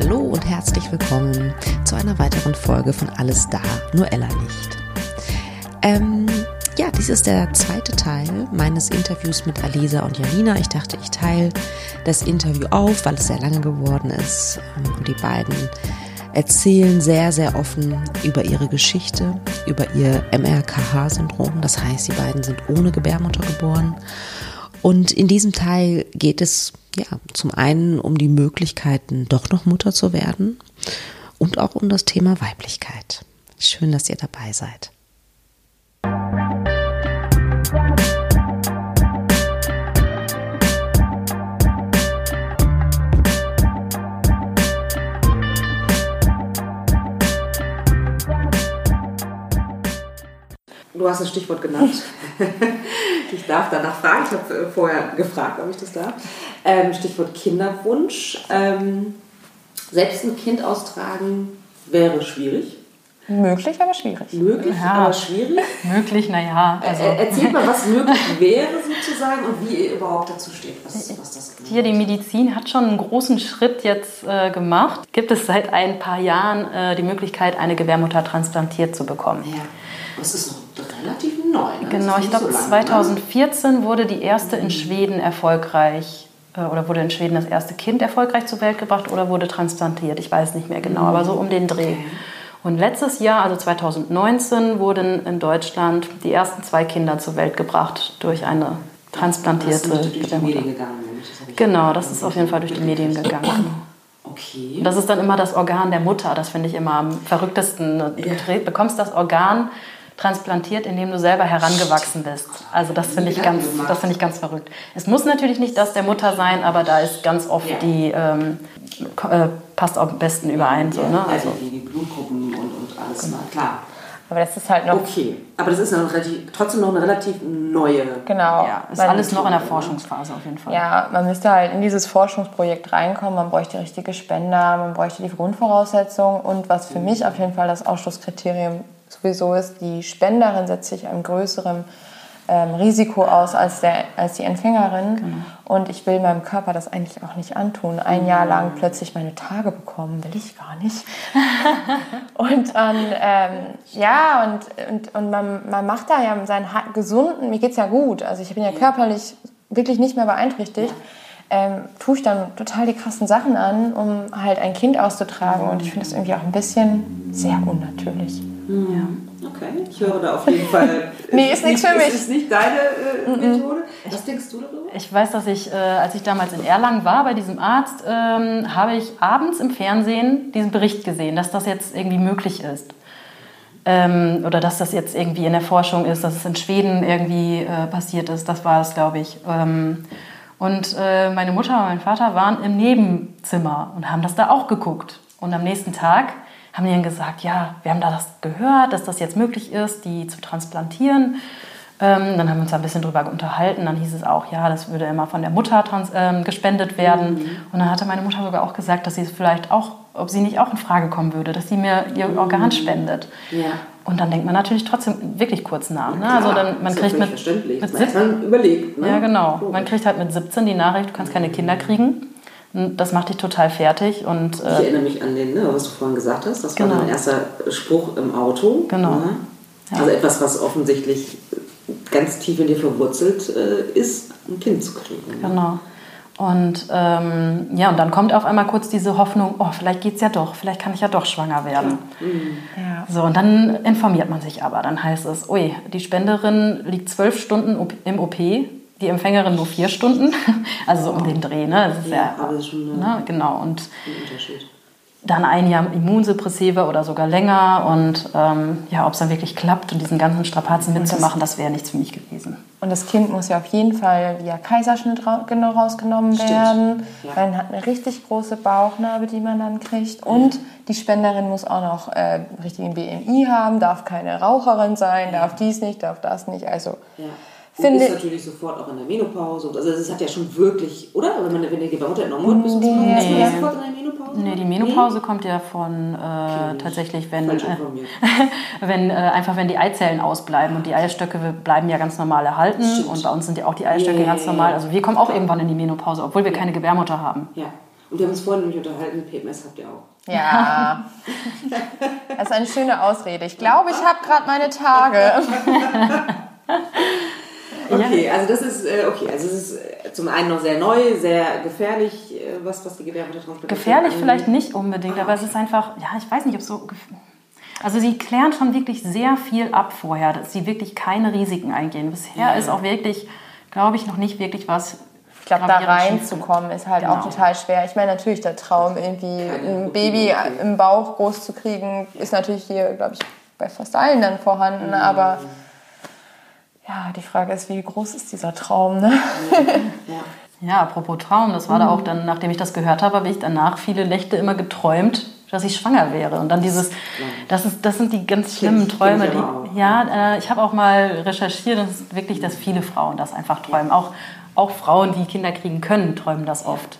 Hallo und herzlich willkommen zu einer weiteren Folge von Alles da, nur Ella nicht. Dies ist der zweite Teil meines Interviews mit Alisa und Janina. Ich dachte, ich teile das Interview auf, weil es sehr lange geworden ist. Und die beiden erzählen sehr, sehr offen über ihre Geschichte, über ihr MRKH-Syndrom. Das heißt, die beiden sind ohne Gebärmutter geboren. Und in diesem Teil geht es zum einen um die Möglichkeiten, doch noch Mutter zu werden und auch um das Thema Weiblichkeit. Schön, dass ihr dabei seid. Du hast ein Stichwort genannt. Ich darf danach fragen. Ich habe vorher gefragt, ob ich das darf. Stichwort Kinderwunsch. Selbst ein Kind austragen wäre schwierig. Möglich, aber schwierig. Möglich, aber schwierig. Möglich, naja. Also. Erzählt mal, was möglich wäre sozusagen und wie ihr überhaupt dazu steht, was das genau Hier, die Medizin hat schon einen großen Schritt jetzt gemacht. Gibt es seit ein paar Jahren die Möglichkeit, eine Gebärmutter transplantiert zu bekommen. Ja, das ist noch relativ neu. Ne? Genau, ich glaube 2014 wurde die erste in Schweden erfolgreich wurde in Schweden das erste Kind erfolgreich zur Welt gebracht oder wurde transplantiert. Ich weiß nicht mehr genau, aber so um den Dreh. Okay. Und letztes Jahr, also 2019, wurden in Deutschland die ersten 2 Kinder zur Welt gebracht durch eine transplantierte Gebärmutter. Genau, das ist auf jeden Fall durch die Medien gegangen. Okay. Das ist dann immer das Organ der Mutter, das finde ich immer am verrücktesten. Du bekommst das Organ transplantiert, indem du selber herangewachsen bist. Also das finde ich ganz verrückt. Es muss natürlich nicht das der Mutter sein, aber da ist ganz oft die passt am besten überein. So, ne? Also die Blutgruppen und alles mal klar. Aber das ist halt noch... Okay, aber das ist trotzdem noch eine relativ neue... Genau. Ja, ist alles noch in der Forschungsphase auf jeden Fall. Ja, man müsste halt in dieses Forschungsprojekt reinkommen, man bräuchte richtige Spender, man bräuchte die Grundvoraussetzungen und was für mich auf jeden Fall das Ausschlusskriterium sowieso ist, die Spenderin setzt sich einem größeren Risiko aus als die Empfängerin. Genau. Und ich will meinem Körper das eigentlich auch nicht antun. Ein Jahr lang plötzlich meine Tage bekommen, will ich gar nicht. Und dann, und man macht da ja seinen gesunden, mir geht's ja gut, also ich bin ja körperlich wirklich nicht mehr beeinträchtigt, tue ich dann total die krassen Sachen an, um halt ein Kind auszutragen. Und ich finde das irgendwie auch ein bisschen sehr unnatürlich. Ja. Okay, ich höre da auf jeden Fall. Nee, ist nichts für mich. Ist nicht deine Methode. Was denkst du darüber? Ich weiß, dass ich, als ich damals in Erlangen war bei diesem Arzt, habe ich abends im Fernsehen diesen Bericht gesehen, dass das jetzt irgendwie möglich ist. Oder dass das jetzt irgendwie in der Forschung ist, dass es in Schweden irgendwie passiert ist. Das war es, glaube ich. Und meine Mutter und mein Vater waren im Nebenzimmer und haben das da auch geguckt. Und am nächsten Tag haben die dann gesagt, ja, wir haben da das gehört, dass das jetzt möglich ist, die zu transplantieren. Dann haben wir uns da ein bisschen drüber unterhalten. Dann hieß es auch, ja, das würde immer von der Mutter gespendet werden. Und dann hatte meine Mutter sogar auch gesagt, dass sie es vielleicht auch, ob sie nicht auch in Frage kommen würde, dass sie mir ihr Organ spendet. Ja. Und dann denkt man natürlich trotzdem wirklich kurz nach. Ne? Klar, also man kriegt mit 17 überlegt. Ne? Ja, genau. Man kriegt halt mit 17 die Nachricht, du kannst keine Kinder kriegen. Das macht dich total fertig. Und, ich erinnere mich an den, was du vorhin gesagt hast. Das war dein erster Spruch im Auto. Genau. Ne? Ja. Also etwas, was offensichtlich ganz tief in dir verwurzelt ist, ein Kind zu kriegen. Ne? Genau. Und und dann kommt auf einmal kurz diese Hoffnung, vielleicht geht's ja doch, vielleicht kann ich ja doch schwanger werden. Ja. So, und dann informiert man sich aber. Dann heißt es, die Spenderin liegt 12 Stunden im OP, die Empfängerin nur 4 Stunden, also so um den Dreh, ne? Das ist aber das ist schon genau. Und ein Unterschied. Dann ein Jahr Immunsuppressiva oder sogar länger und ob es dann wirklich klappt und diesen ganzen Strapazen mitzumachen, das wäre nichts für mich gewesen. Und das Kind muss ja auf jeden Fall via Kaiserschnitt rausgenommen werden. Ja. Man hat eine richtig große Bauchnarbe, die man dann kriegt. Und die Spenderin muss auch noch richtigen BMI haben, darf keine Raucherin sein, darf dies nicht, darf das nicht. Also und ist natürlich sofort auch in der Menopause. Also es hat ja schon wirklich, oder? Wenn die Gebärmutter enorm ist, muss man erstmal sofort in der Menopause? Nee, die Menopause kommt ja von tatsächlich, wenn die Eizellen ausbleiben und die Eierstöcke bleiben ja ganz normal erhalten. Stimmt. Und bei uns sind ja auch die Eierstöcke ganz normal. Also wir kommen auch irgendwann in die Menopause, obwohl wir keine Gebärmutter haben. Ja. Und wir haben uns vorhin nämlich unterhalten, PMS habt ihr auch. Ja, das ist eine schöne Ausrede. Ich glaube, ich habe gerade meine Tage. Okay, also das ist Also es ist zum einen noch sehr neu, sehr gefährlich, was die Gebärmuttertransplantation Gefährlich vielleicht nicht unbedingt, aber es ist einfach, ja, ich weiß nicht, ob so. Also sie klären schon wirklich sehr viel ab vorher, dass sie wirklich keine Risiken eingehen. Bisher ist auch wirklich, glaube ich, noch nicht wirklich was. Ich glaube, da reinzukommen ist halt auch total schwer. Ich meine, natürlich der Traum, irgendwie ein Baby im Bauch groß zu kriegen, ist natürlich hier, glaube ich, bei fast allen dann vorhanden. Aber ja, die Frage ist, wie groß ist dieser Traum, ne? Ja, apropos Traum, das war da auch dann, nachdem ich das gehört habe, habe ich danach viele Nächte immer geträumt, dass ich schwanger wäre. Und dann das sind die ganz schlimmen Träume. Ich habe auch mal recherchiert, das ist wirklich, dass viele Frauen das einfach träumen. Auch Frauen, die Kinder kriegen können, träumen das oft.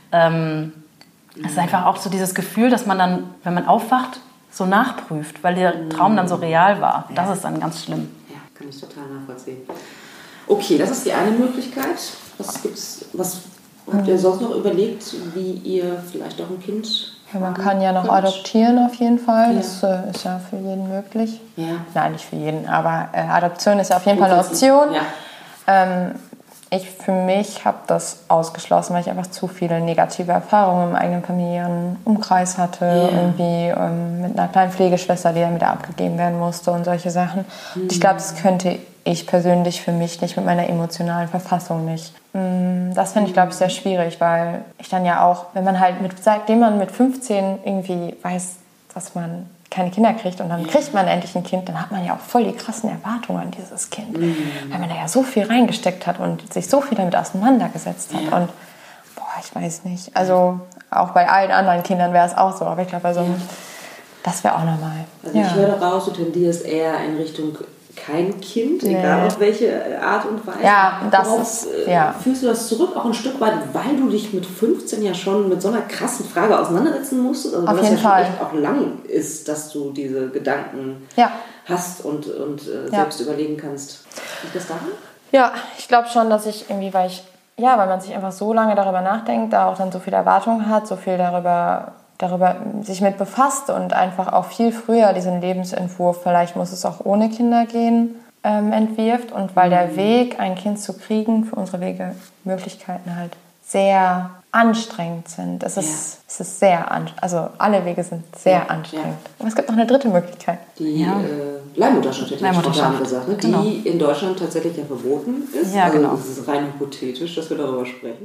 Es ist einfach auch so dieses Gefühl, dass man dann, wenn man aufwacht, so nachprüft, weil der Traum dann so real war. Das ist dann ganz schlimm. Ja, kann ich total nachvollziehen. Okay, das ist die eine Möglichkeit. Was habt ihr sonst noch überlegt, wie ihr vielleicht auch ein Kind... Ja, man kann ja noch adoptieren auf jeden Fall. Das ist ja für jeden möglich. Ja. Nein, nicht für jeden, aber Adoption ist ja auf jeden Fall eine Option. Ja. Ich für mich habe das ausgeschlossen, weil ich einfach zu viele negative Erfahrungen im eigenen familiären Umkreis hatte. Irgendwie mit einer kleinen Pflegeschwester, die dann wieder abgegeben werden musste und solche Sachen. Und ich glaube, das könnte ich persönlich für mich nicht, mit meiner emotionalen Verfassung nicht. Das finde ich, glaube ich, sehr schwierig, weil ich dann ja auch, wenn man halt seitdem man mit 15 irgendwie weiß, dass man keine Kinder kriegt und dann kriegt man endlich ein Kind, dann hat man ja auch voll die krassen Erwartungen an dieses Kind. Weil man da ja so viel reingesteckt hat und sich so viel damit auseinandergesetzt hat. Und ich weiß nicht. Also auch bei allen anderen Kindern wäre es auch so. Aber ich glaube, das wäre auch normal. Also ich höre raus, du tendierst eher in Richtung kein Kind, egal auf welche Art und Weise. Ja, führst du das zurück, auch ein Stück weit, weil du dich mit 15 ja schon mit so einer krassen Frage auseinandersetzen musstest? Also, auf jeden Fall. Schon echt auch lang ist, dass du diese Gedanken hast und selbst überlegen kannst. Liegt das daran? Ja, ich glaube schon, dass ich irgendwie, weil man sich einfach so lange darüber nachdenkt, da auch dann so viele Erwartungen hat, so viel darüber sich mit befasst und einfach auch viel früher diesen Lebensentwurf, vielleicht muss es auch ohne Kinder gehen, entwirft. Und weil der Weg, ein Kind zu kriegen, für unsere Möglichkeiten halt sehr anstrengend sind. Es ist sehr anstrengend. Also alle Wege sind sehr anstrengend. Und es gibt noch eine dritte Möglichkeit. Die Leihmutterschaft, hätte ich spontan gesagt, ne? Die in Deutschland tatsächlich ja verboten ist. Ja, genau. Es ist rein hypothetisch, dass wir darüber sprechen.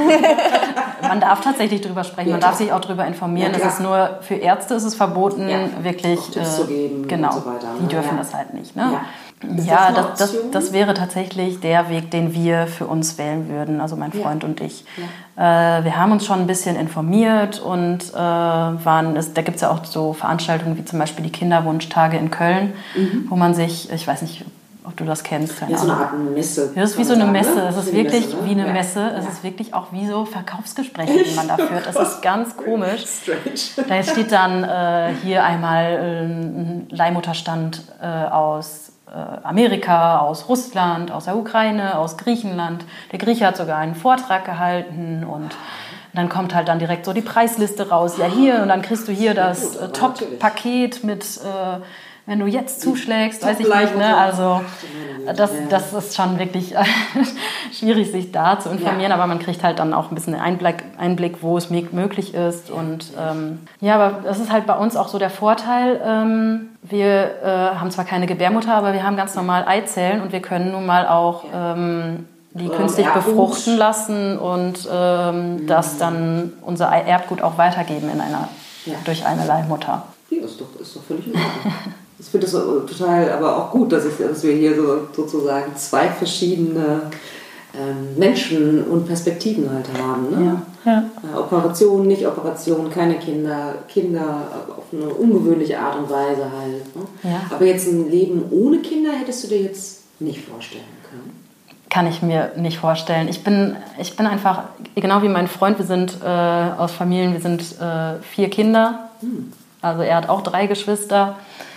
Man darf tatsächlich darüber sprechen, man darf sich auch darüber informieren. Es ist nur für Ärzte ist es verboten, wirklich Tipps zu geben und so weiter. Die dürfen das halt nicht. Ne? Ja, das wäre tatsächlich der Weg, den wir für uns wählen würden, also mein Freund und ich. Ja. Wir haben uns schon ein bisschen informiert und da gibt es ja auch so Veranstaltungen wie zum Beispiel die Kinderwunschtage in Köln, wo man sich, ich weiß nicht, ob du das kennst. Ja, so eine Art Messe. Ja, das ist wie so eine Messe. Es ist wirklich wie eine Messe. Es ist wirklich auch wie so Verkaufsgespräche, die man da führt. Es ist ganz komisch. Strange. Da steht dann hier einmal ein Leihmutterstand aus Amerika, aus Russland, aus der Ukraine, aus Griechenland. Der Grieche hat sogar einen Vortrag gehalten und dann kommt halt dann direkt so die Preisliste raus. Ja, hier, und dann kriegst du hier das Top-Paket mit, wenn du jetzt zuschlägst, weiß ich nicht. Ne? Also das ist schon wirklich schwierig, sich da zu informieren, aber man kriegt halt dann auch ein bisschen Einblick, wo es möglich ist. Und aber das ist halt bei uns auch so der Vorteil. Wir haben zwar keine Gebärmutter, aber wir haben ganz normal Eizellen und wir können nun mal auch die künstlich befruchten lassen und das dann unser Erbgut auch weitergeben durch eine Leihmutter. Ja, ist doch völlig in Ordnung. Ich finde das total aber auch gut, dass wir hier sozusagen zwei verschiedene Menschen und Perspektiven halt haben. Ne? Ja. Operation, nicht Operation, keine Kinder auf eine ungewöhnliche Art und Weise halt. Ne? Ja. Aber jetzt ein Leben ohne Kinder hättest du dir jetzt nicht vorstellen können? Kann ich mir nicht vorstellen. Ich bin einfach, genau wie mein Freund, wir sind aus Familien, wir sind 4 Kinder. Also er hat auch 3 Geschwister.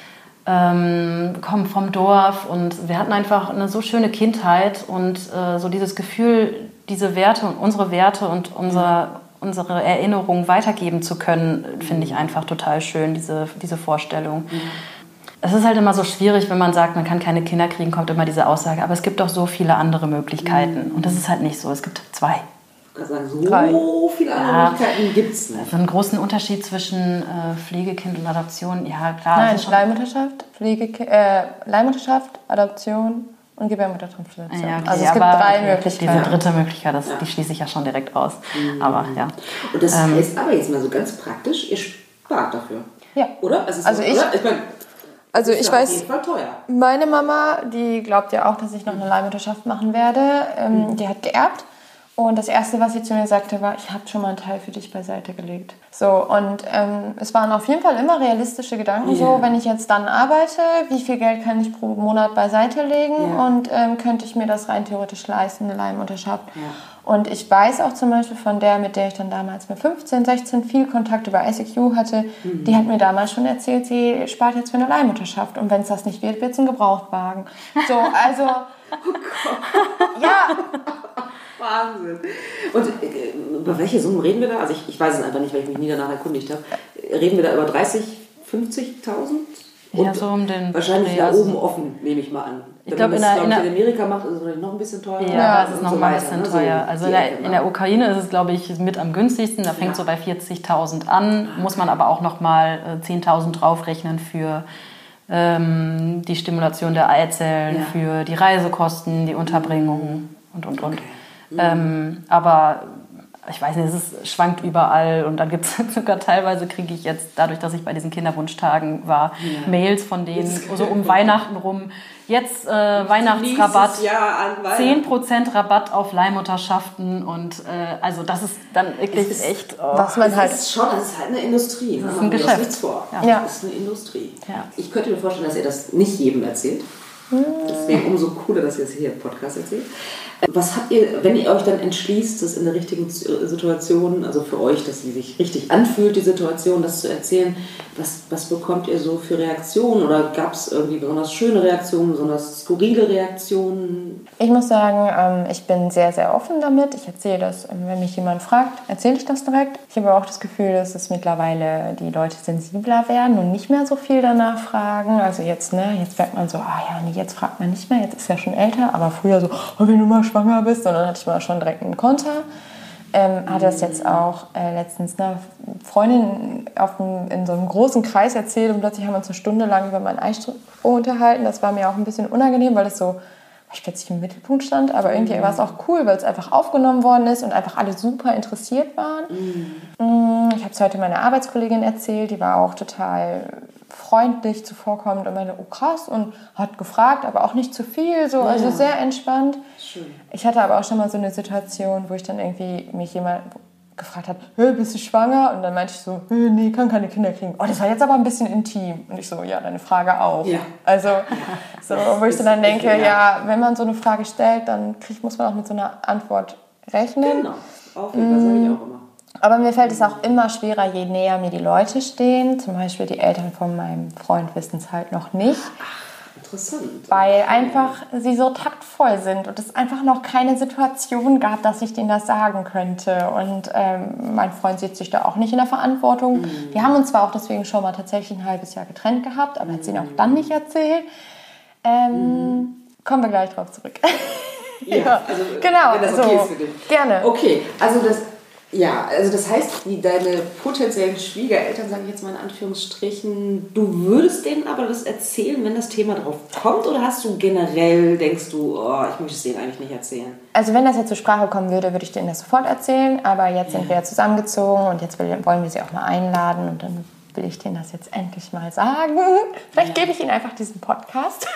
Kommen vom Dorf und wir hatten einfach eine so schöne Kindheit und so dieses Gefühl, diese Werte und unsere Werte und unsere Erinnerungen weitergeben zu können, finde ich einfach total schön, diese Vorstellung. Es ist halt immer so schwierig, wenn man sagt, man kann keine Kinder kriegen, kommt immer diese Aussage. Aber es gibt doch so viele andere Möglichkeiten. Und das ist halt nicht so. Es gibt 2. Ich kann sagen, so viele andere Möglichkeiten gibt es nicht. So einen großen Unterschied zwischen Pflegekind und Adoption, ja klar. Nein, Leihmutterschaft, Adoption und Gebärmuttertransplantation. Ja, okay, also es gibt 3 Möglichkeiten. Diese dritte Möglichkeit, die schließe ich ja schon direkt aus. Aber ja. Und das heißt aber jetzt mal so ganz praktisch, ihr spart dafür. Ja. Oder? Ich weiß, auf jeden Fall teuer. Meine Mama, die glaubt ja auch, dass ich noch eine Leihmutterschaft machen werde. Die hat geerbt. Und das Erste, was sie zu mir sagte, war, ich habe schon mal einen Teil für dich beiseite gelegt. So, und es waren auf jeden Fall immer realistische Gedanken. So, wenn ich jetzt dann arbeite, wie viel Geld kann ich pro Monat beiseite legen? Und könnte ich mir das rein theoretisch leisten, eine Leihmutterschaft? Ja. Und ich weiß auch zum Beispiel von der, mit der ich dann damals mit 15, 16 viel Kontakt über ICQ hatte, die hat mir damals schon erzählt, sie spart jetzt für eine Leihmutterschaft. Und wenn es das nicht wird, wird es ein Gebrauchtwagen. So, also... Oh Gott. Ja... Wahnsinn. Und über welche Summen reden wir da? Also ich weiß es einfach nicht, weil ich mich nie danach erkundigt habe. Reden wir da über 30.000, 50.000? Ja, so um den... Wahrscheinlich da oben offen, nehme ich mal an. Ich glaube, in Amerika macht, ist es vielleicht noch ein bisschen teurer. Ja, es ist noch mal ein bisschen teuer. Also in der Ukraine ist es, glaube ich, mit am günstigsten. Da fängt so bei 40.000 an. Muss man aber auch noch mal 10.000 draufrechnen für die Stimulation der Eizellen, für die Reisekosten, die Unterbringung und. Okay. Aber ich weiß nicht, es schwankt überall und dann gibt es sogar teilweise, kriege ich jetzt, dadurch, dass ich bei diesen Kinderwunschtagen war, Mails von denen, so um Weihnachten rum, jetzt Weihnachtsrabatt, 10% Rabatt auf Leihmutterschaften und also das ist dann wirklich echt... was man halt... Das ist halt eine Industrie. Das ist ein Geschäft. Nichts vor. Ja. Das ist eine Industrie. Ja. Ich könnte mir vorstellen, dass ihr das nicht jedem erzählt. Deswegen umso cooler, dass ihr es hier im Podcast erzählt. Was habt ihr, wenn ihr euch dann entschließt, das in der richtigen Situation, also für euch, dass sie sich richtig anfühlt, die Situation, das zu erzählen, was bekommt ihr so für Reaktionen? Oder gab es irgendwie besonders schöne Reaktionen, besonders skurrile Reaktionen? Ich muss sagen, ich bin sehr, sehr offen damit. Ich erzähle das, wenn mich jemand fragt, erzähle ich das direkt. Ich habe auch das Gefühl, dass es mittlerweile die Leute sensibler werden und nicht mehr so viel danach fragen. Also jetzt merkt man so, jetzt fragt man nicht mehr, jetzt ist er schon älter, aber früher so, wenn du mal schwanger bist, und dann hatte ich mal schon direkt einen Konter. Hatte das jetzt auch letztens einer Freundin in so einem großen Kreis erzählt und plötzlich haben wir uns eine Stunde lang über meinen Eistroh unterhalten. Das war mir auch ein bisschen unangenehm, weil das so ich plötzlich im Mittelpunkt stand, aber irgendwie war es auch cool, weil es einfach aufgenommen worden ist und einfach alle super interessiert waren. Ich habe es heute meiner Arbeitskollegin erzählt, die war auch total freundlich zuvorkommend und meinte, oh krass, und hat gefragt, aber auch nicht zu viel, so, also sehr entspannt. Schön. Ich hatte aber auch schon mal so eine Situation, wo ich dann irgendwie mich jemand gefragt hat, hey, bist du schwanger? Und dann meinte ich so, hey, nee, kann keine Kinder kriegen. Oh, das war jetzt aber ein bisschen intim. Und ich so, ja, deine Frage auch. Ja. Also, so, wo ich so dann denke, wenn man so eine Frage stellt, dann muss man auch mit so einer Antwort rechnen. Genau, auf jeden Fall, sage ich auch immer. Aber mir fällt es auch immer schwerer, je näher mir die Leute stehen. Zum Beispiel die Eltern von meinem Freund wissen es halt noch nicht. Interessant. Weil einfach sie so taktvoll sind und es einfach noch keine Situation gab, dass ich denen das sagen könnte. Und mein Freund sieht sich da auch nicht in der Verantwortung. Wir haben uns zwar auch deswegen schon mal tatsächlich ein halbes Jahr getrennt gehabt, aber hat sie ihn auch dann nicht erzählt. Kommen wir gleich drauf zurück. Ja, also genau, wenn das okay ist für dich. Gerne. Okay, also das heißt, deine potenziellen Schwiegereltern, sage ich jetzt mal in Anführungsstrichen, du würdest denen aber das erzählen, wenn das Thema drauf kommt, oder denkst du, ich möchte es denen eigentlich nicht erzählen? Also wenn das jetzt zur Sprache kommen würde, würde ich denen das sofort erzählen, aber jetzt sind wir ja zusammengezogen und jetzt wollen wir sie auch mal einladen und dann will ich denen das jetzt endlich mal sagen. Vielleicht gebe ich ihnen einfach diesen Podcast.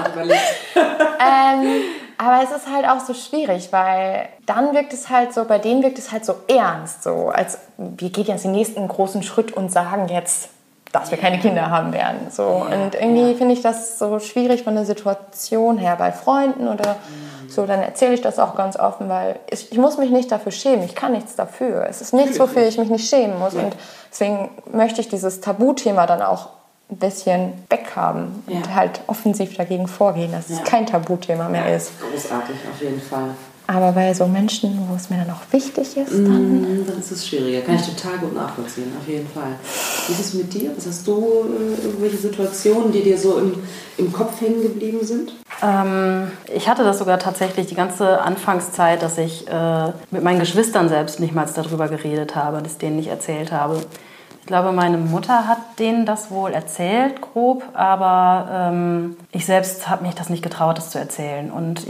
Aber es ist halt auch so schwierig, weil dann wirkt es halt so, bei denen wirkt es halt so ernst, so als wir gehen jetzt den nächsten großen Schritt und sagen jetzt, dass wir keine Kinder haben werden. So. Und irgendwie finde ich das so schwierig von der Situation her bei Freunden oder so, dann erzähle ich das auch ganz offen, weil ich muss mich nicht dafür schämen, ich kann nichts dafür. Es ist nichts, wofür ich mich nicht schämen muss. Und deswegen möchte ich dieses Tabuthema dann auch ein bisschen weghaben und halt offensiv dagegen vorgehen, dass es kein Tabuthema mehr ist. Großartig, auf jeden Fall. Aber bei so Menschen, wo es mir dann auch wichtig ist, dann ist es schwieriger. Kann ich total gut nachvollziehen, auf jeden Fall. Wie ist es mit dir? Was hast du, irgendwelche Situationen, die dir so im Kopf hängen geblieben sind? Ich hatte das sogar tatsächlich die ganze Anfangszeit, dass ich mit meinen Geschwistern selbst nicht mal darüber geredet habe, das denen nicht erzählt habe. Ich glaube, meine Mutter hat denen das wohl erzählt, grob, aber ich selbst habe mich das nicht getraut, das zu erzählen. Und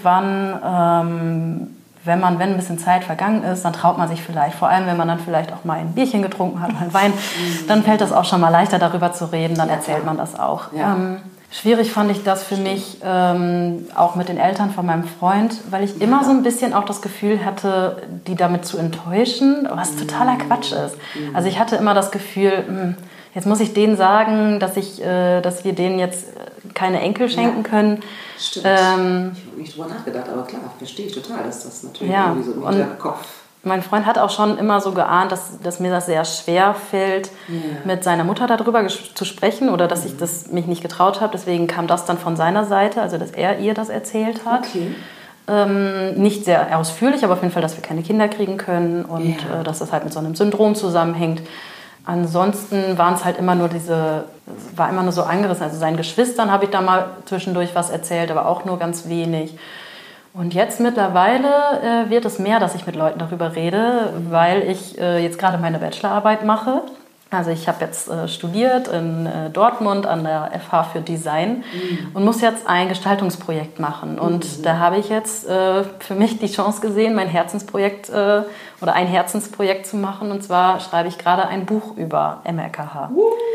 irgendwann, wenn ein bisschen Zeit vergangen ist, dann traut man sich vielleicht, vor allem wenn man dann vielleicht auch mal ein Bierchen getrunken hat oder einen Wein, dann fällt das auch schon mal leichter, darüber zu reden, dann erzählt man das auch. Ja. Schwierig fand ich das für mich auch mit den Eltern von meinem Freund, weil ich immer so ein bisschen auch das Gefühl hatte, die damit zu enttäuschen, was totaler Quatsch ist. Also ich hatte immer das Gefühl, jetzt muss ich denen sagen, dass wir denen jetzt keine Enkel schenken können. Stimmt. Ich habe nicht drüber nachgedacht, aber klar, verstehe ich total, dass das natürlich irgendwie so im Hinterkopf. Mein Freund hat auch schon immer so geahnt, dass mir das sehr schwer fällt, mit seiner Mutter darüber zu sprechen oder dass ich mich nicht getraut habe. Deswegen kam das dann von seiner Seite, also dass er ihr das erzählt hat. Okay. Nicht sehr ausführlich, aber auf jeden Fall, dass wir keine Kinder kriegen können und dass das halt mit so einem Syndrom zusammenhängt. Ansonsten waren es halt immer nur war immer nur so angerissen. Also seinen Geschwistern habe ich da mal zwischendurch was erzählt, aber auch nur ganz wenig. Und jetzt mittlerweile wird es mehr, dass ich mit Leuten darüber rede, weil ich jetzt gerade meine Bachelorarbeit mache. Also ich habe jetzt studiert in Dortmund an der FH für Design und muss jetzt ein Gestaltungsprojekt machen. Und da habe ich jetzt für mich die Chance gesehen, mein Herzensprojekt oder ein Herzensprojekt zu machen. Und zwar schreibe ich gerade ein Buch über MRKH.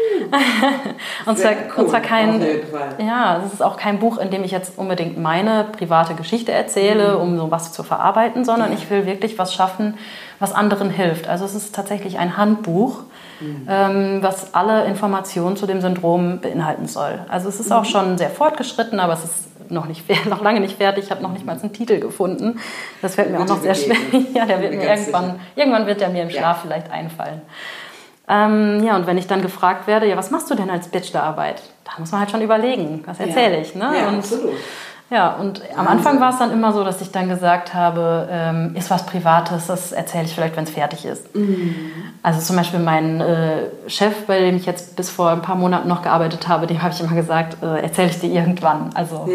und zwar kein, ja, es ist auch kein Buch, in dem ich jetzt unbedingt meine private Geschichte erzähle, um so was zu verarbeiten, sondern ich will wirklich was schaffen, was anderen hilft. Also es ist tatsächlich ein Handbuch, was alle Informationen zu dem Syndrom beinhalten soll. Also es ist auch schon sehr fortgeschritten, aber es ist noch lange nicht fertig. Ich habe noch nicht mal einen Titel gefunden. Das fällt mir auch noch sehr schwer. Ja, der wird mir irgendwann wird der mir im Schlaf vielleicht einfallen. Und wenn ich dann gefragt werde, ja, was machst du denn als Bachelorarbeit? Da muss man halt schon überlegen, was erzähle ich. Ne? Ja, absolut. Ja, und am Anfang war es dann immer so, dass ich dann gesagt habe, ist was Privates, das erzähle ich vielleicht, wenn es fertig ist. Also zum Beispiel mein Chef, bei dem ich jetzt bis vor ein paar Monaten noch gearbeitet habe, dem habe ich immer gesagt, erzähle ich dir irgendwann. Also,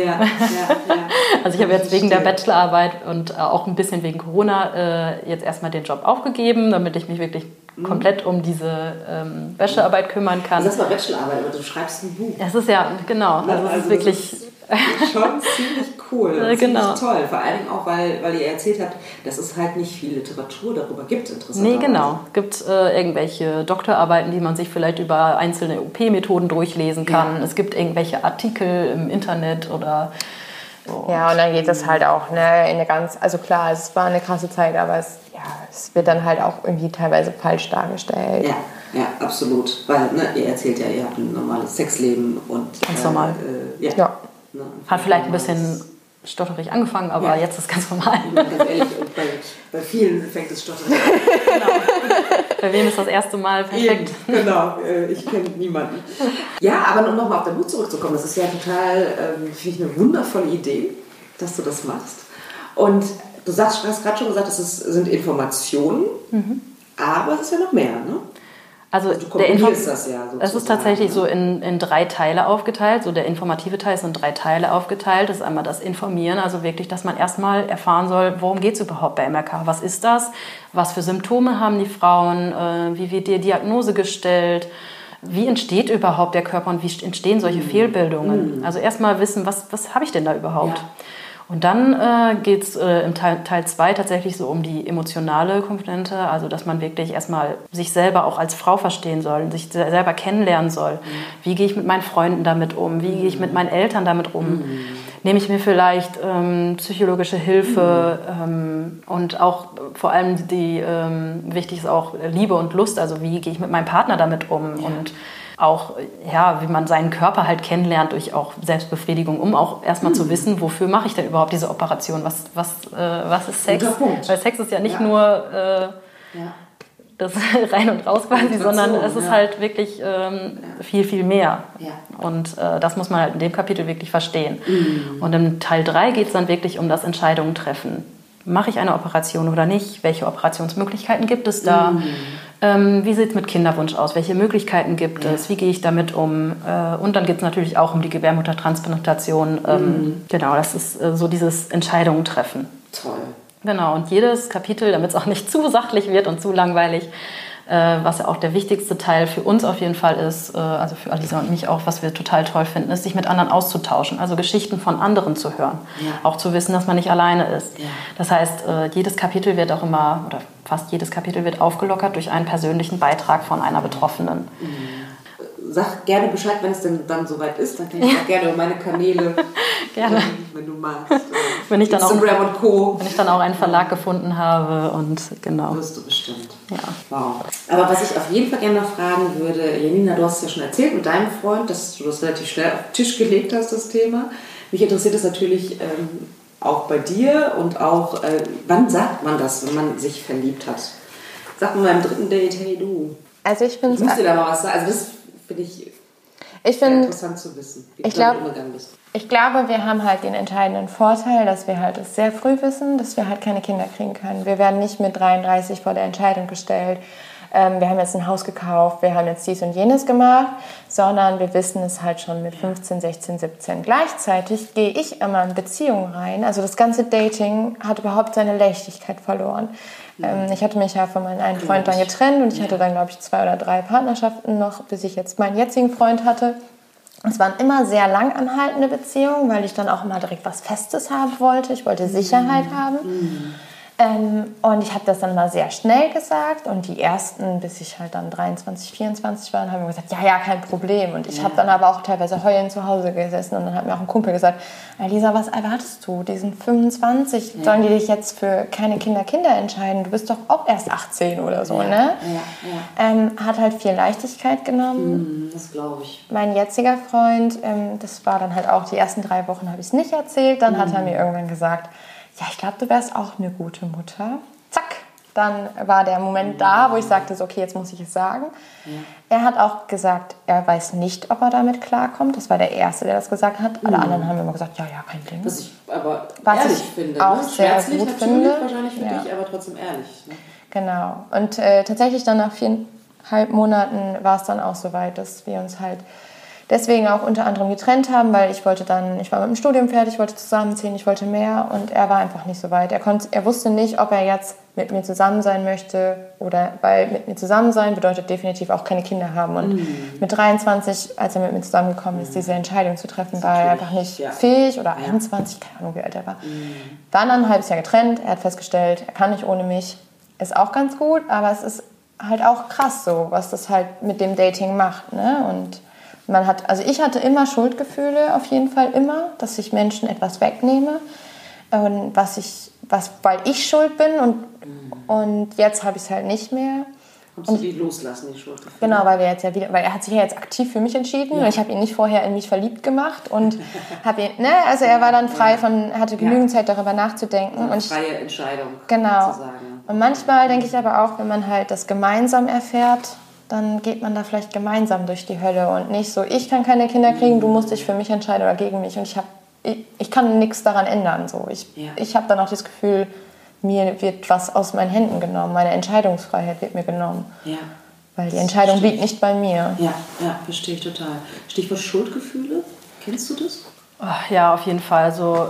also ich habe jetzt wegen der Bachelorarbeit und auch ein bisschen wegen Corona jetzt erstmal den Job aufgegeben, damit ich mich wirklich komplett um diese Bachelorarbeit kümmern kann. Das war Bachelorarbeit, aber du schreibst ein Buch. Das ist genau. Also es ist wirklich... schon ziemlich cool, ziemlich toll. Vor allem auch, weil ihr erzählt habt, dass es halt nicht viel Literatur darüber gibt, interessanterweise. Nee, genau. Es gibt irgendwelche Doktorarbeiten, die man sich vielleicht über einzelne OP-Methoden durchlesen kann. Ja. Es gibt irgendwelche Artikel im Internet oder... So. Ja, und dann geht es halt auch in eine also klar, es war eine krasse Zeit, aber es wird dann halt auch irgendwie teilweise falsch dargestellt. Ja, absolut. Weil ihr erzählt ja, ihr habt ein normales Sexleben und... Ganz normal. Ja. Hat vielleicht ein bisschen stotterig angefangen, aber jetzt ist es ganz normal. Ganz ehrlich, und bei vielen fängt es stotterig an. Genau. Bei wem ist das erste Mal perfekt? Genau, ich kenne niemanden. Ja, aber um nochmal auf dein Buch zurückzukommen, das ist ja total, finde ich, eine wundervolle Idee, dass du das machst. Und du hast gerade schon gesagt, sind Informationen, aber es ist ja noch mehr, ne? Also du kombinierst das ja sozusagen. Es ist tatsächlich so in 3 Teile aufgeteilt. So der informative Teil ist in 3 Teile aufgeteilt. Das ist einmal das Informieren, also wirklich, dass man erstmal erfahren soll, worum geht es überhaupt bei MRK? Was ist das? Was für Symptome haben die Frauen? Wie wird die Diagnose gestellt? Wie entsteht überhaupt der Körper und wie entstehen solche Fehlbildungen? Also erstmal wissen, was habe ich denn da überhaupt? Ja. Und dann geht es im Teil 2 tatsächlich so um die emotionale Komponente, also dass man wirklich erstmal sich selber auch als Frau verstehen soll, sich selber kennenlernen soll. Wie gehe ich mit meinen Freunden damit um? Wie gehe ich mit meinen Eltern damit um? Nehme ich mir vielleicht psychologische Hilfe und auch vor allem wichtig ist auch Liebe und Lust, also wie gehe ich mit meinem Partner damit um? Ja. Und auch, wie man seinen Körper halt kennenlernt durch auch Selbstbefriedigung, um auch erstmal zu wissen, wofür mache ich denn überhaupt diese Operation? Was ist Sex? Weil Sex ist ja nicht nur das rein und raus quasi, sondern es ist halt wirklich viel, viel mehr. Ja. Und das muss man halt in dem Kapitel wirklich verstehen. Und im Teil 3 geht es dann wirklich um das Entscheidungen treffen. mache ich eine Operation oder nicht? Welche Operationsmöglichkeiten gibt es da? Wie sieht es mit Kinderwunsch aus? Welche Möglichkeiten gibt es? Wie gehe ich damit um? Und dann geht es natürlich auch um die Gebärmuttertransplantation. Genau, das ist so dieses Entscheidungen treffen. Toll. Genau, und jedes Kapitel, damit es auch nicht zu sachlich wird und zu langweilig, was ja auch der wichtigste Teil für uns auf jeden Fall ist, also für Alisa und mich auch, was wir total toll finden, ist, sich mit anderen auszutauschen, also Geschichten von anderen zu hören. Ja. Auch zu wissen, dass man nicht alleine ist. Ja. Das heißt, jedes Kapitel wird auch immer, oder fast jedes Kapitel wird aufgelockert durch einen persönlichen Beitrag von einer Betroffenen. Sag gerne Bescheid, wenn es denn dann soweit ist. Dann kann ich auch gerne über meine Kanäle, gerne. Wenn du magst. Wenn ich dann Instagram und Co. Wenn ich dann auch einen Verlag gefunden habe und genau. Wirst du bestimmt. Ja. Wow. Aber was ich auf jeden Fall gerne noch fragen würde, Janina, du hast es ja schon erzählt mit deinem Freund, dass du das relativ schnell auf den Tisch gelegt hast, das Thema. Mich interessiert es natürlich auch bei dir und auch, wann sagt man das, wenn man sich verliebt hat? Sag mal beim 3. Date, hey du. Also ich finde... Ich muss dir da mal was sagen. Also das finde ich interessant zu wissen, wie du damit umgegangen bist. Ich glaube, wir haben halt den entscheidenden Vorteil, dass wir halt es sehr früh wissen, dass wir halt keine Kinder kriegen können. Wir werden nicht mit 33 vor der Entscheidung gestellt, wir haben jetzt ein Haus gekauft, wir haben jetzt dies und jenes gemacht, sondern wir wissen es halt schon mit 15, 16, 17. Gleichzeitig gehe ich immer in Beziehungen rein, also das ganze Dating hat überhaupt seine Leichtigkeit verloren. Ich hatte mich ja von meinem einen Freund dann getrennt und ich hatte dann, glaube ich, 2 oder 3 Partnerschaften noch, bis ich jetzt meinen jetzigen Freund hatte. Es waren immer sehr lang anhaltende Beziehungen, weil ich dann auch immer direkt was Festes haben wollte. Ich wollte Sicherheit haben. Und ich habe das dann mal sehr schnell gesagt. Und die ersten, bis ich halt dann 23, 24 war, haben mir gesagt, ja, kein Problem. Und ich habe dann aber auch teilweise heulend zu Hause gesessen. Und dann hat mir auch ein Kumpel gesagt, Alisa, was erwartest du? Die sind 25. Ja. Sollen die dich jetzt für keine Kinder entscheiden? Du bist doch auch erst 18 oder so, ne? Hat halt viel Leichtigkeit genommen. Das glaube ich. Mein jetziger Freund, das war dann halt auch, die ersten 3 Wochen habe ich es nicht erzählt. Dann hat er mir irgendwann gesagt, ja, ich glaube, du wärst auch eine gute Mutter. Zack, dann war der Moment da, wo ich sagte, so, okay, jetzt muss ich es sagen. Ja. Er hat auch gesagt, er weiß nicht, ob er damit klarkommt. Das war der Erste, der das gesagt hat. Alle anderen haben immer gesagt, ja, kein Ding. Was ich aber was ehrlich ich finde. Auch sehr gut finde. Wahrscheinlich für dich, aber trotzdem ehrlich. Ne? Genau. Und tatsächlich dann nach 4,5 Monaten war es dann auch so weit, dass wir uns halt deswegen auch unter anderem getrennt haben, weil ich war mit dem Studium fertig, ich wollte zusammenziehen, ich wollte mehr und er war einfach nicht so weit. Er wusste nicht, ob er jetzt mit mir zusammen sein möchte weil mit mir zusammen sein bedeutet definitiv auch keine Kinder haben. Und mit 23, als er mit mir zusammengekommen ist, diese Entscheidung zu treffen, war er einfach nicht fähig oder 21, keine Ahnung, wie alt er war. Dann ein halbes Jahr getrennt, er hat festgestellt, er kann nicht ohne mich, ist auch ganz gut, aber es ist halt auch krass so, was das halt mit dem Dating macht, ne? Und ich hatte immer Schuldgefühle, auf jeden Fall immer, dass ich Menschen etwas wegnehme, und weil ich schuld bin und jetzt habe ich es halt nicht mehr. Konntest du die loslassen, die Schuldgefühle? Genau, weil er hat sich ja jetzt aktiv für mich entschieden und ich habe ihn nicht vorher in mich verliebt gemacht und also er war dann frei hatte genügend Zeit darüber nachzudenken. Eine freie Entscheidung. Genau. Sozusagen. Und manchmal denke ich aber auch, wenn man halt das gemeinsam erfährt, dann geht man da vielleicht gemeinsam durch die Hölle und nicht so, ich kann keine Kinder kriegen, du musst dich für mich entscheiden oder gegen mich und ich kann nichts daran ändern. So. Ich habe dann auch das Gefühl, mir wird was aus meinen Händen genommen, meine Entscheidungsfreiheit wird mir genommen. Ja. Weil die Entscheidung liegt nicht bei mir. Ja, verstehe ich total. Stichwort Schuldgefühle, kennst du das? Ja, auf jeden Fall. Also,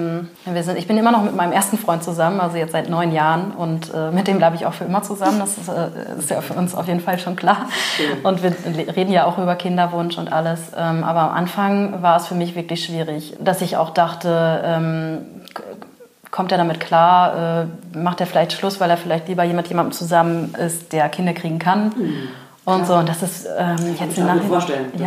ich bin immer noch mit meinem ersten Freund zusammen, also jetzt seit 9 Jahren. Und mit dem bleibe ich auch für immer zusammen. Das ist ja für uns auf jeden Fall schon klar. Schön. Und wir reden ja auch über Kinderwunsch und alles. Aber am Anfang war es für mich wirklich schwierig, dass ich auch dachte, kommt er damit klar? Macht er vielleicht Schluss, weil er vielleicht lieber jemandem zusammen ist, der Kinder kriegen kann? Und so, und das ist jetzt im Nachhinein.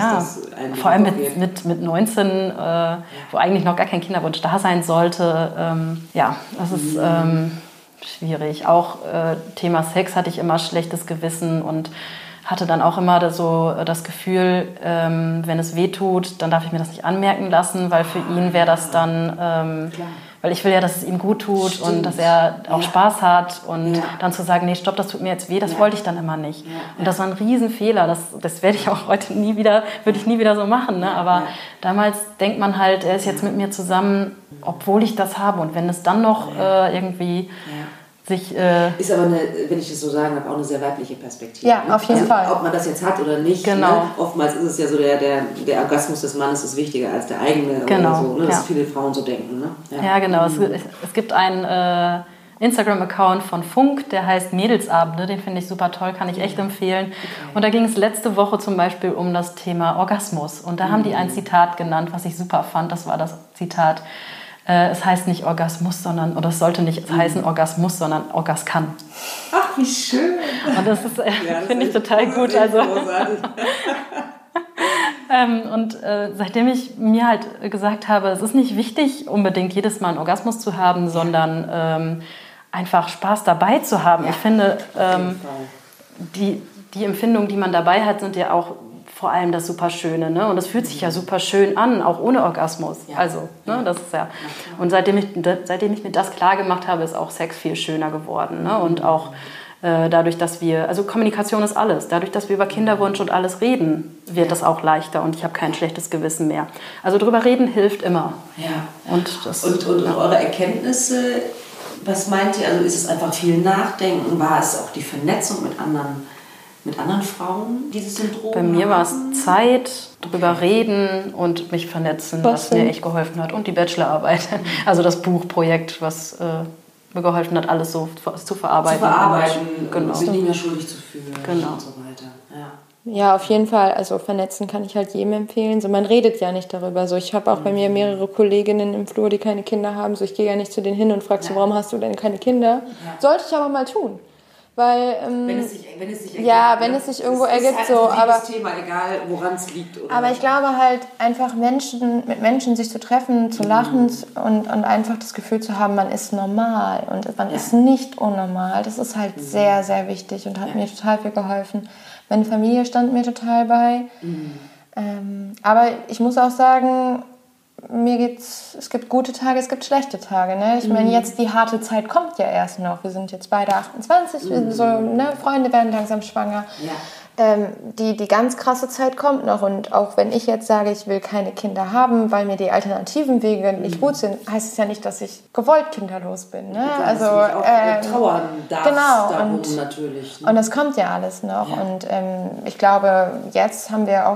Vor allem mit 19, wo eigentlich noch gar kein Kinderwunsch da sein sollte. Das ist schwierig. Auch Thema Sex hatte ich immer schlechtes Gewissen und hatte dann auch immer so das Gefühl, wenn es weh tut, dann darf ich mir das nicht anmerken lassen, weil für ihn wäre das dann Weil ich will ja, dass es ihm gut tut und dass er auch Spaß hat. Und dann zu sagen, nee, stopp, das tut mir jetzt weh, das wollte ich dann immer nicht. Und das war ein Riesenfehler. Das werde ich auch heute würde ich nie wieder so machen. Ne? Aber damals denkt man halt, er ist jetzt mit mir zusammen, obwohl ich das habe. Und wenn es dann noch irgendwie sich... ist aber, wenn ich das so sagen darf, auch eine sehr weibliche Perspektive. Ja, auf jeden Fall. Ob man das jetzt hat oder nicht. Genau. Ne? Oftmals ist es ja so, der Orgasmus des Mannes ist wichtiger als der eigene. Genau. Oder so, ne? Dass viele Frauen so denken. Ne? Ja, genau. Es gibt einen Instagram-Account von Funk, der heißt Mädelsabende. Den finde ich super toll, kann ich echt empfehlen. Okay. Und da ging es letzte Woche zum Beispiel um das Thema Orgasmus. Und da haben die ein Zitat genannt, was ich super fand. Das war das Zitat: Es heißt nicht Orgasmus, oder es sollte nicht heißen Orgasmus, sondern Orgaskan. Ach, wie schön. Und das ist, finde ich total gut. Also. Und seitdem ich mir halt gesagt habe, es ist nicht wichtig, unbedingt jedes Mal einen Orgasmus zu haben, sondern einfach Spaß dabei zu haben. Ich finde, die Empfindungen, die man dabei hat, sind ja auch vor allem das Superschöne, ne? Und es fühlt sich ja super schön an, auch ohne Orgasmus. Ja. Also, ne? Das ist ja. Und seitdem ich mir das klar gemacht habe, ist auch Sex viel schöner geworden, ne? Und auch dadurch, dass also Kommunikation ist alles. Dadurch, dass wir über Kinderwunsch und alles reden, wird das auch leichter und ich habe kein schlechtes Gewissen mehr. Also drüber reden hilft immer. Ja. Und eure Erkenntnisse, was meint ihr? Also ist es einfach viel Nachdenken? War es auch die Vernetzung mit anderen Frauen, dieses Syndrom? Bei mir war es Zeit, drüber reden und mich vernetzen, was mir echt geholfen hat. Und die Bachelorarbeit, also das Buchprojekt, was mir geholfen hat, alles so zu verarbeiten. Genau. Sich nicht mehr schuldig zu fühlen und so weiter. Ja, auf jeden Fall. Also vernetzen kann ich halt jedem empfehlen. So, man redet ja nicht darüber. So, ich habe auch bei mir mehrere Kolleginnen im Flur, die keine Kinder haben. So, ich gehe ja nicht zu denen hin und frage so, warum hast du denn keine Kinder? Ja. Sollte ich aber mal tun. Weil, wenn es sich ergibt. Ja, wenn es sich irgendwo ergibt. Ist halt ein Thema, egal woran es liegt. Oder aber ich glaube halt, einfach mit Menschen sich zu treffen, zu lachen und einfach das Gefühl zu haben, man ist normal und man ist nicht unnormal. Das ist halt sehr, sehr wichtig und hat mir total viel geholfen. Meine Familie stand mir total bei. Aber ich muss auch sagen, es gibt gute Tage, es gibt schlechte Tage. Ne? Ich meine, jetzt die harte Zeit kommt ja erst noch. Wir sind jetzt beide 28, Freunde werden langsam schwanger. Ja. Die ganz krasse Zeit kommt noch. Und auch wenn ich jetzt sage, ich will keine Kinder haben, weil mir die alternativen Wege nicht gut sind, heißt es ja nicht, dass ich gewollt kinderlos bin. Ne? Ja, also auch trauern darfst darum natürlich. Ne? Und das kommt ja alles noch. Ja. Und ich glaube, jetzt haben wir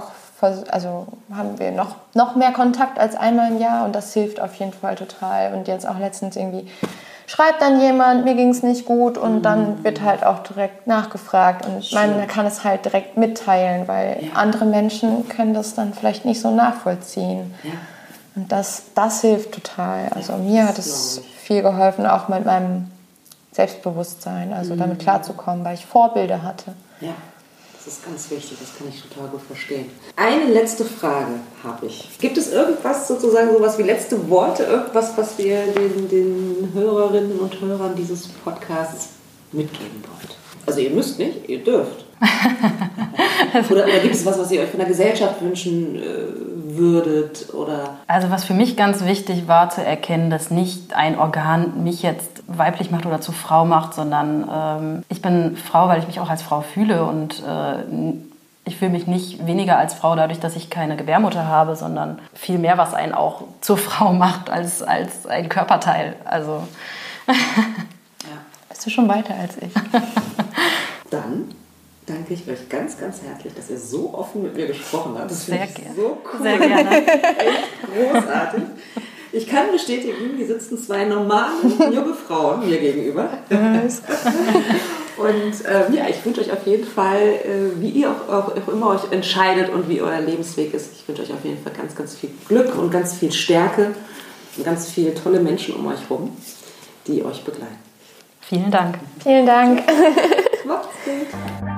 noch mehr Kontakt als einmal im Jahr und das hilft auf jeden Fall total. Und jetzt auch letztens irgendwie schreibt dann jemand, mir ging es nicht gut und dann wird halt auch direkt nachgefragt und man kann es halt direkt mitteilen, weil andere Menschen können das dann vielleicht nicht so nachvollziehen. Ja. Und das hilft total. Also mir hat es viel geholfen, auch mit meinem Selbstbewusstsein, also damit klarzukommen, weil ich Vorbilder hatte. Ja. Das ist ganz wichtig, das kann ich total gut verstehen. Eine letzte Frage habe ich. Gibt es irgendwas, sozusagen sowas wie letzte Worte, irgendwas, was wir den Hörerinnen und Hörern dieses Podcasts mitgeben wollt? Also ihr müsst nicht, ihr dürft. oder gibt es was ihr euch von der Gesellschaft wünschen würdet? Oder? Also was für mich ganz wichtig war zu erkennen, dass nicht ein Organ mich jetzt weiblich macht oder zur Frau macht, sondern ich bin Frau, weil ich mich auch als Frau fühle und ich fühle mich nicht weniger als Frau dadurch, dass ich keine Gebärmutter habe, sondern viel mehr, was einen auch zur Frau macht als ein Körperteil. Also bist du schon weiter als ich. Dann danke ich euch ganz, ganz herzlich, dass ihr so offen mit mir gesprochen habt. Das sehr gerne. So cool. Sehr gerne. Echt großartig. Ich kann bestätigen, hier sitzen zwei normale, junge Frauen mir gegenüber. Und ich wünsche euch auf jeden Fall, wie ihr auch immer euch entscheidet und wie euer Lebensweg ist, ich wünsche euch auf jeden Fall ganz, ganz viel Glück und ganz viel Stärke und ganz viele tolle Menschen um euch herum, die euch begleiten. Vielen Dank. Vielen Dank. Macht's gut.